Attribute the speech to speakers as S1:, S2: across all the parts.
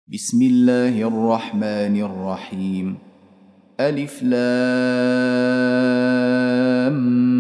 S1: بسم الله الرحمن الرحيم. ألف لام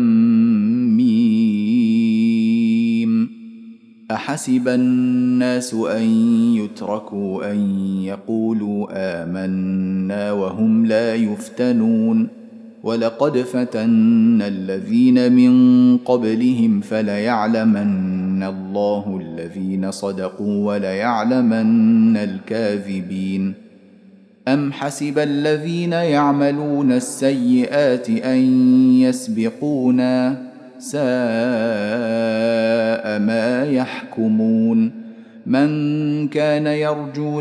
S1: ميم. أحسب الناس أن يتركوا أن يقولوا آمنا وهم لا يفتنون ولقد فتنا الذين من قبلهم فليعلمن الله الذين صدقوا وليعلمن الكاذبين. أم حسب الذين يعملون السيئات أن يسبقونا ساء ما يحكمون. من كان يرجو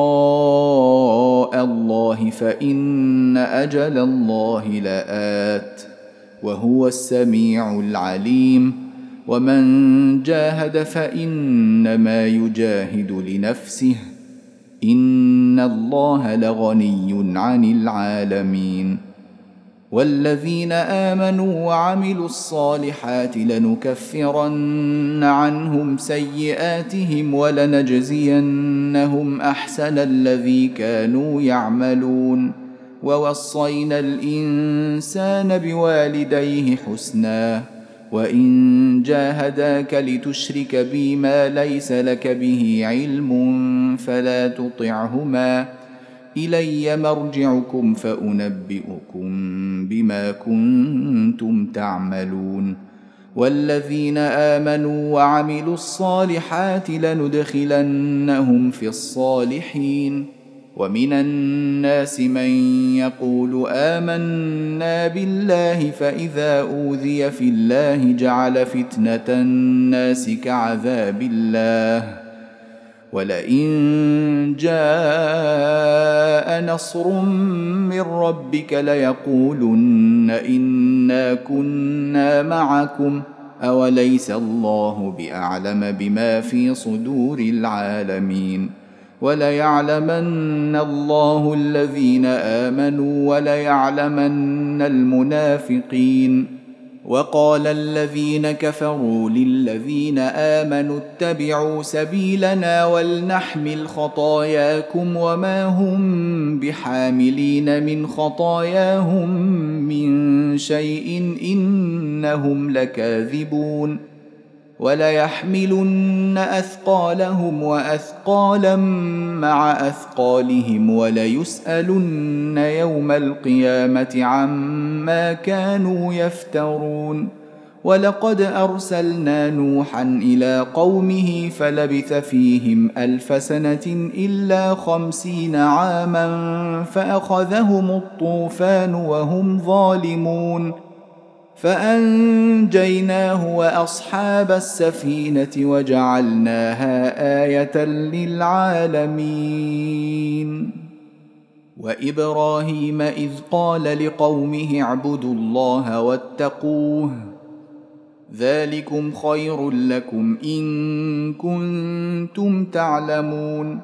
S1: لقاء الله فإن أجل الله لآت وهو السميع العليم. ومن جاهد فإنما يجاهد لنفسه إن الله لغني عن العالمين. والذين آمنوا وعملوا الصالحات لنكفرن عنهم سيئاتهم ولنجزينهم أحسن الذي كانوا يعملون. ووصينا الإنسان بوالديه حسنا وإن جاهداك لتشرك بي ما ليس لك به علم فلا تطعهما إلي مرجعكم فأنبئكم بما كنتم تعملون. والذين آمنوا وعملوا الصالحات لندخلنهم في الصالحين. ومن الناس من يقول آمنا بالله فإذا أوذي في الله جعل فتنة الناس كعذاب الله ولئن جاء نصر من ربك ليقولن إنا كنا معكم أوليس الله بأعلم بما في صدور العالمين. وليعلمن الله الذين آمنوا وليعلمن المنافقين. وقال الذين كفروا للذين آمنوا اتبعوا سبيلنا ولنحمل خطاياكم وما هم بحاملين من خطاياهم من شيء إنهم لكاذبون. وليحملن أثقالهم وأثقالا مع أثقالهم وليسألن يوم القيامة عما كانوا يفترون. ولقد أرسلنا نوحا إلى قومه فلبث فيهم 1000 سنة إلا 50 عاما فأخذهم الطوفان وهم ظالمون فأنجيناه وأصحاب السفينة وجعلناها آية للعالمين. وإبراهيم إذ قال لقومه اعبدوا الله واتقوه ذلكم خير لكم إن كنتم تعلمون.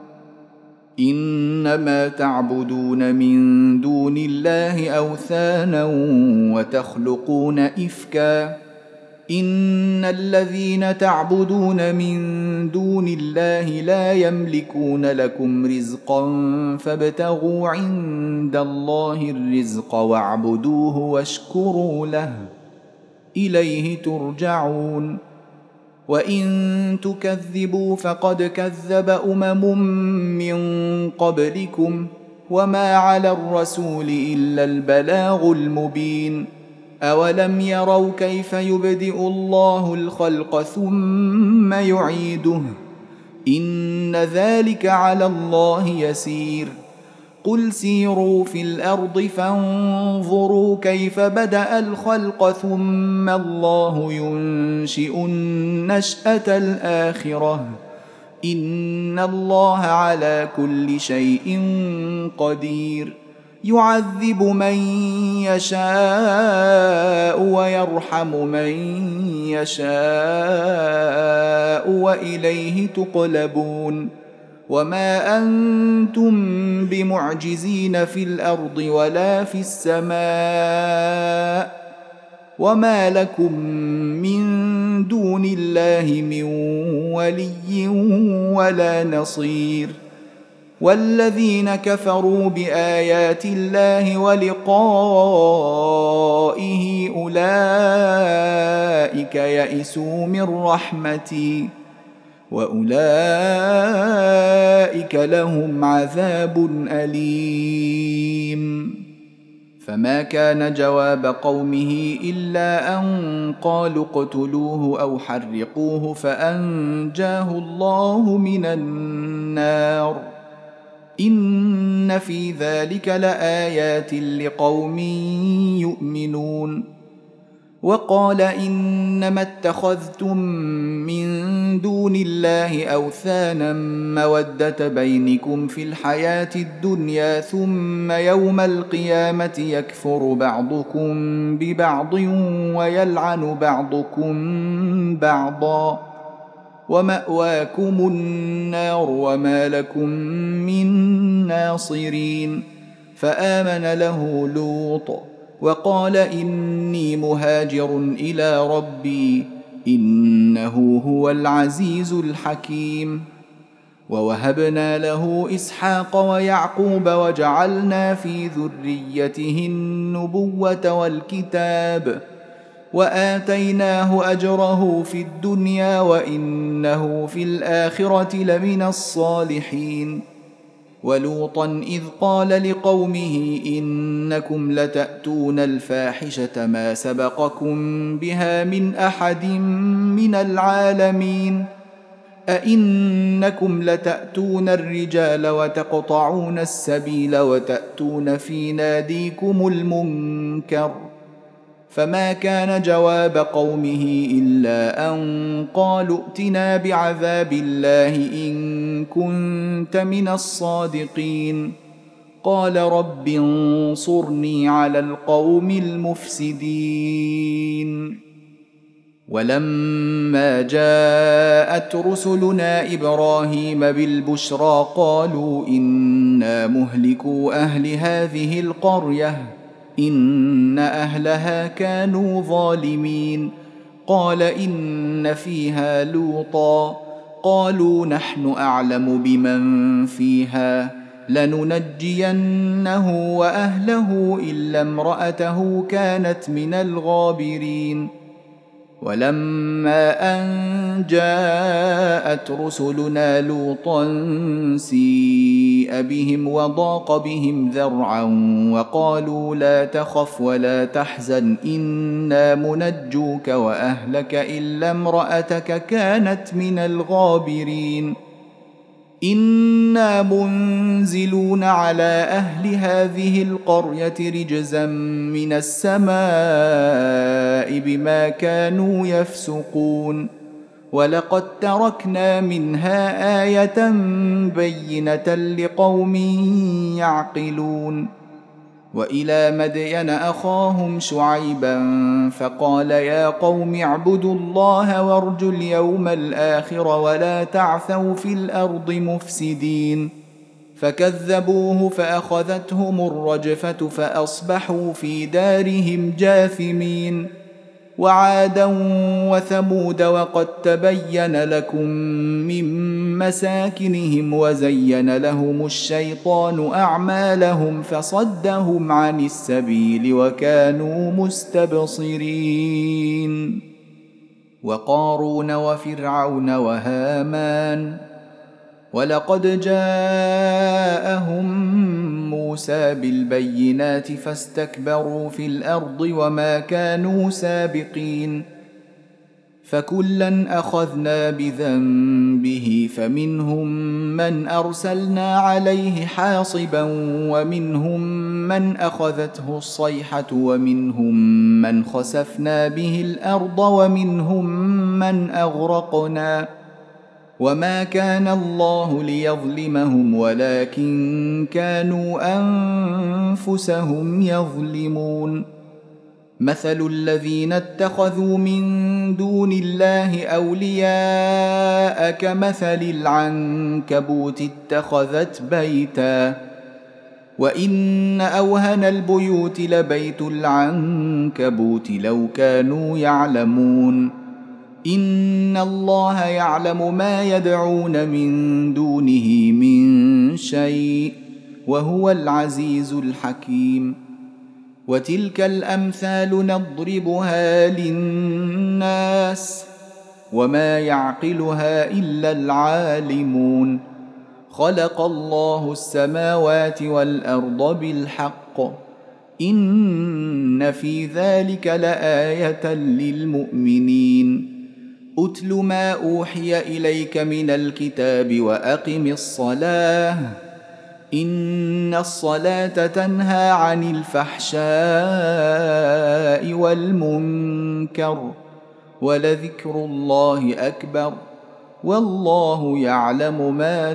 S1: إنما تعبدون من دون الله أوثانا وتخلقون إفكا إن الذين تعبدون من دون الله لا يملكون لكم رزقا فابتغوا عند الله الرزق واعبدوه واشكروا له إليه ترجعون. وإن تكذبوا فقد كذب من قبلكم وما على الرسول إلا البلاغ المبين. أولم يروا كيف يبدئ الله الخلق ثم يعيده إن ذلك على الله يسير. قل سيروا في الأرض فانظروا كيف بدأ الخلق ثم الله ينشئ النشأة الآخرة إن الله على كل شيء قدير. يعذب من يشاء ويرحم من يشاء وإليه تقلبون. وما أنتم بمعجزين في الأرض ولا في السماء وما لكم من دون الله من ولي ولا نصير والذين كفروا بآيات الله ولقائه أولئك يئسوا من رحمتي وأولئك لهم عذاب أليم. فما كان جواب قومه إلا أن قالوا اقتلوه أو حرقوه فأنجاه الله من النار. إن في ذلك لآيات لقوم يؤمنون. وقال إنما اتخذتم من دون الله أوثانا مودة بينكم في الحياة الدنيا ثم يوم القيامة يكفر بعضكم ببعض ويلعن بعضكم بعضا ومأواكم النار وما لكم من ناصرين. فآمن له لوط وقال إني مهاجر إلى ربي إنه هو العزيز الحكيم. ووهبنا له إسحاق ويعقوب وجعلنا في ذريته النبوة والكتاب وآتيناه أجره في الدنيا وإنه في الآخرة لمن الصالحين. ولوطا إذ قال لقومه إنكم لتأتون الفاحشة ما سبقكم بها من أحد من العالمين. أئنكم لتأتون الرجال وتقطعون السبيل وتأتون في ناديكم المنكر. فما كان جواب قومه إلا أن قالوا ائتنا بعذاب الله إن كنت من الصادقين. قال رب انصرني على القوم المفسدين. ولما جاءت رسلنا إبراهيم بالبشرى قالوا إنا مهلكو أهل هذه القرية إن أهلها كانوا ظالمين. قال إن فيها لوطا قالوا نحن أعلم بمن فيها لننجينه وأهله إلا امرأته كانت من الغابرين. ولما أن جاءت رسلنا لوطا سيء بهم وضاق بهم ذرعا وقالوا لا تخف ولا تحزن إنا منجوك وأهلك إلا امرأتك كانت من الغابرين. إنا منزلون على أهل هذه القرية رجزا من السماء بما كانوا يفسقون. ولقد تركنا منها آية بينة لقوم يعقلون. وإلى مدين أخاهم شعيبا فقال يا قوم اعبدوا الله وارجوا اليوم الآخر ولا تعثوا في الأرض مفسدين. فكذبوه فأخذتهم الرجفة فأصبحوا في دارهم جاثمين. وعادا وثمود وقد تبين لكم من مساكنهم وزين لهم الشيطان أعمالهم فصدهم عن السبيل وكانوا مستبصرين. وقارون وفرعون وهامان ولقد جاءهم موسى بالبينات فاستكبروا في الأرض وما كانوا سابقين. فكلا أخذنا بذنبه فمنهم من أرسلنا عليه حاصبا ومنهم من أخذته الصيحة ومنهم من خسفنا به الأرض ومنهم من أغرقنا. وما كان الله ليظلمهم ولكن كانوا أنفسهم يظلمون. مثل الذين اتخذوا من دون الله أولياء كمثل العنكبوت اتخذت بيتا وإن أوهن البيوت لبيت العنكبوت لو كانوا يعلمون. إن الله يعلم ما يدعون من دونه من شيء وهو العزيز الحكيم. وتلك الأمثال نضربها للناس وما يعقلها إلا العالمون. خلق الله السماوات والأرض بالحق إن في ذلك لآية للمؤمنين. أتل ما أوحي إليك من الكتاب وأقم الصلاة إن الصلاة تنهى عن الفحشاء والمنكر ولذكر الله أكبر والله يعلم ما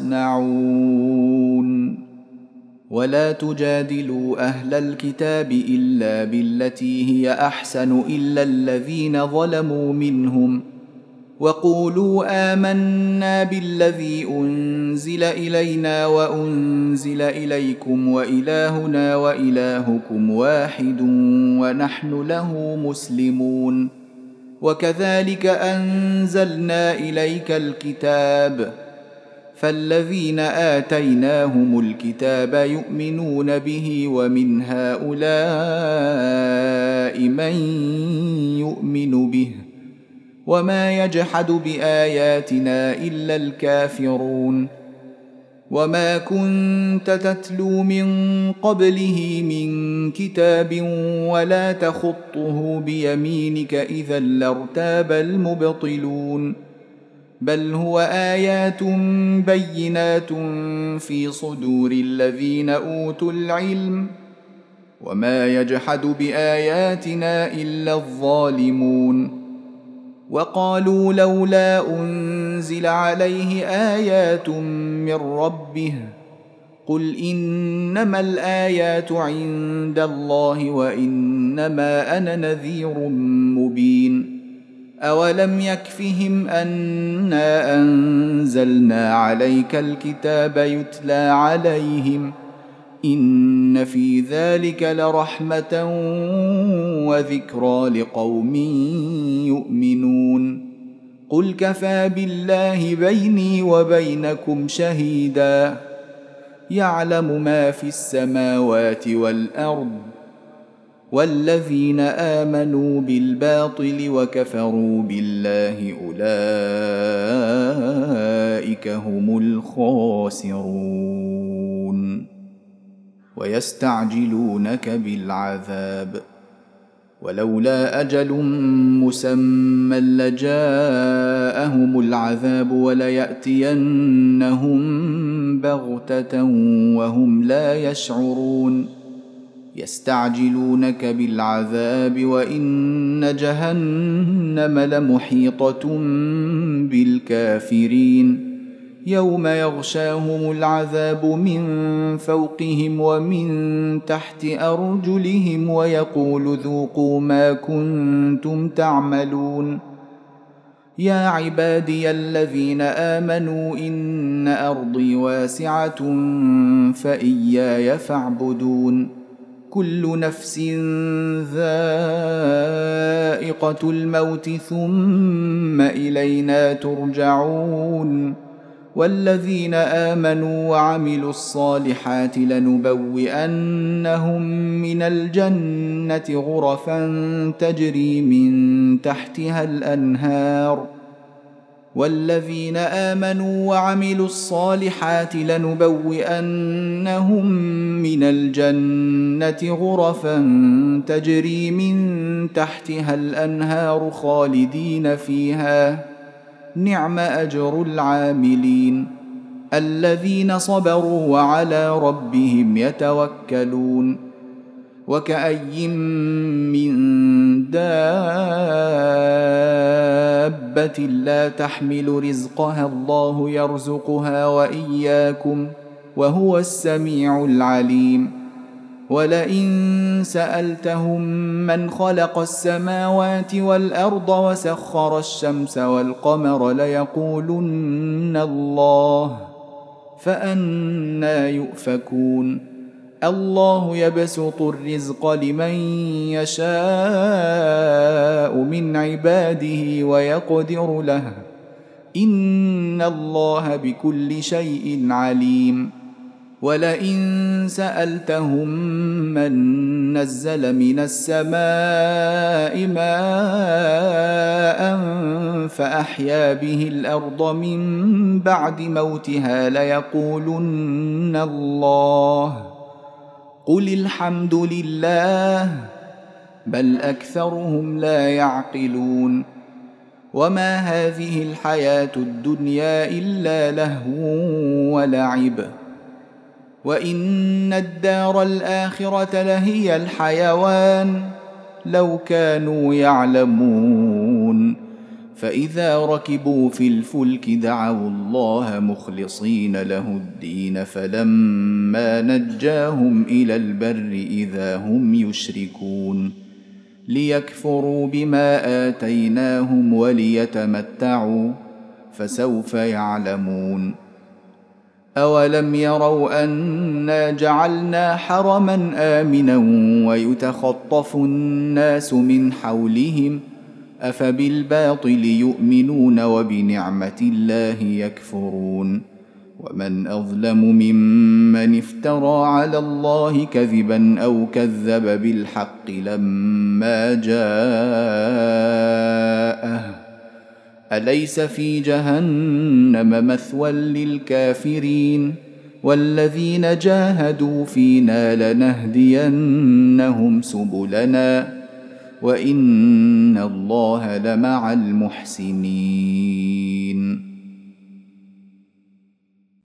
S1: تصنعون. ولا تجادلوا أهل الكتاب إلا بالتي هي أحسن إلا الذين ظلموا منهم وقولوا آمنا بالذي أنزل إلينا وأنزل إليكم وإلهنا وإلهكم واحد ونحن له مسلمون. وكذلك أنزلنا إليك الكتاب فالذين آتيناهم الكتاب يؤمنون به ومن هؤلاء من يؤمن به وما يجحد بآياتنا إلا الكافرون. وما كنت تتلو من قبله من كتاب ولا تخطه بيمينك إذا لارتاب المبطلون. بل هو آيات بينات في صدور الذين أوتوا العلم وما يجحد بآياتنا إلا الظالمون. وقالوا لولا أنزل عليه آيات من ربه قل إنما الآيات عند الله وإنما أنا نذير مبين. أولم يكفهم أنا أنزلنا عليك الكتاب يتلى عليهم إن في ذلك لرحمة وذكرى لقوم يؤمنون. قل كفى بالله بيني وبينكم شهيدا يعلم ما في السماوات والأرض والذين آمنوا بالباطل وكفروا بالله أولئك هم الخاسرون. ويستعجلونك بالعذاب ولولا أجل مسمى لجاءهم العذاب وليأتينهم بغتة وهم لا يشعرون. يستعجلونك بالعذاب وإن جهنم لمحيطة بالكافرين يوم يغشاهم العذاب من فوقهم ومن تحت أرجلهم ويقول ذوقوا ما كنتم تعملون. يا عبادي الذين آمنوا إن أرضي واسعة فإياي فاعبدون. كل نفس ذائقة الموت ثم إلينا ترجعون. والذين آمنوا وعملوا الصالحات لنبوئنهم من الجنة غرفا تجري من تحتها الأنهار. والذين آمنوا وعملوا الصالحات لنبوئنهم من الجنة غرفا تجري من تحتها الأنهار خالدين فيها نعم أجر العاملين الذين صبروا وعلى ربهم يتوكلون. وكأي من دابة لا تحمل رزقها الله يرزقها وإياكم وهو السميع العليم. ولئن سألتهم من خلق السماوات والأرض وسخر الشمس والقمر ليقولن الله فأنى يؤفكون. الله يبسط الرزق لمن يشاء من عباده ويقدر له إن الله بكل شيء عليم. ولئن سألتهم من نزل من السماء ماء فأحيا به الأرض من بعد موتها ليقولن الله، قل الحمد لله، بل أكثرهم لا يعقلون. وما هذه الحياة الدنيا إلا لهو ولعب، وإن الدار الآخرة لهي الحيوان لو كانوا يعلمون. فإذا ركبوا في الفلك دعوا الله مخلصين له الدين فلما نجاهم إلى البر إذا هم يشركون ليكفروا بما آتيناهم وليتمتعوا فسوف يعلمون. أولم يروا أنا جعلنا حرما آمنا ويتخطف الناس من حولهم أفبالباطل يؤمنون وبنعمة الله يكفرون. ومن أظلم ممن افترى على الله كذبا أو كذب بالحق لما جاءه أليس في جهنم مثوى للكافرين والذين جاهدوا فينا لنهدينهم سبلنا وإن الله لمع المحسنين.